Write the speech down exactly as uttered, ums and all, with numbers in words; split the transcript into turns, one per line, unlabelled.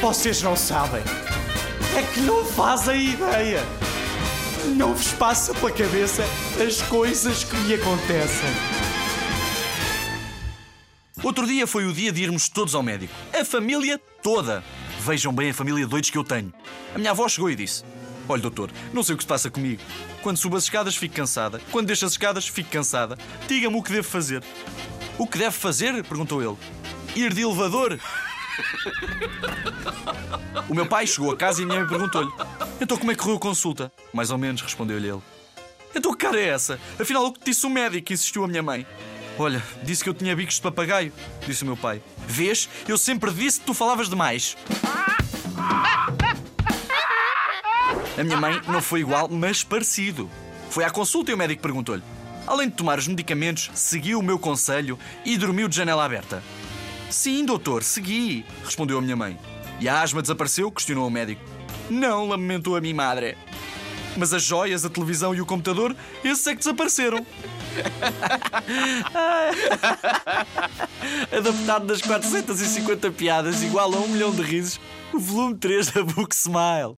Vocês não sabem. É que não fazem ideia. Não vos passa pela cabeça as coisas que me acontecem.
Outro dia foi o dia de irmos todos ao médico. A família toda. Vejam bem a família de doidos que eu tenho. A minha avó chegou e disse: olha, doutor, não sei o que se passa comigo. Quando subo as escadas fico cansada. Quando deixo as escadas fico cansada. Diga-me o que devo fazer. O que deve fazer? Perguntou ele. Ir de elevador? O meu pai chegou a casa e a minha mãe perguntou-lhe: então como é que correu a consulta? Mais ou menos, respondeu-lhe ele. Então que cara é essa? Afinal, o que disse o médico? Insistiu a minha mãe. Olha, disse que eu tinha bicos de papagaio, disse o meu pai. Vês? Eu sempre disse que tu falavas demais. A minha mãe não foi igual, mas parecido. Foi à consulta e o médico perguntou-lhe: além de tomar os medicamentos, seguiu o meu conselho e dormiu de janela aberta? Sim, doutor, segui, respondeu a minha mãe. E a asma desapareceu? Questionou o médico. Não, lamentou a minha madre. Mas as joias, a televisão e o computador, esses é que desapareceram. Adaptado das quatrocentas e cinquenta piadas igual a um milhão de risos, o volume três da Book Smile.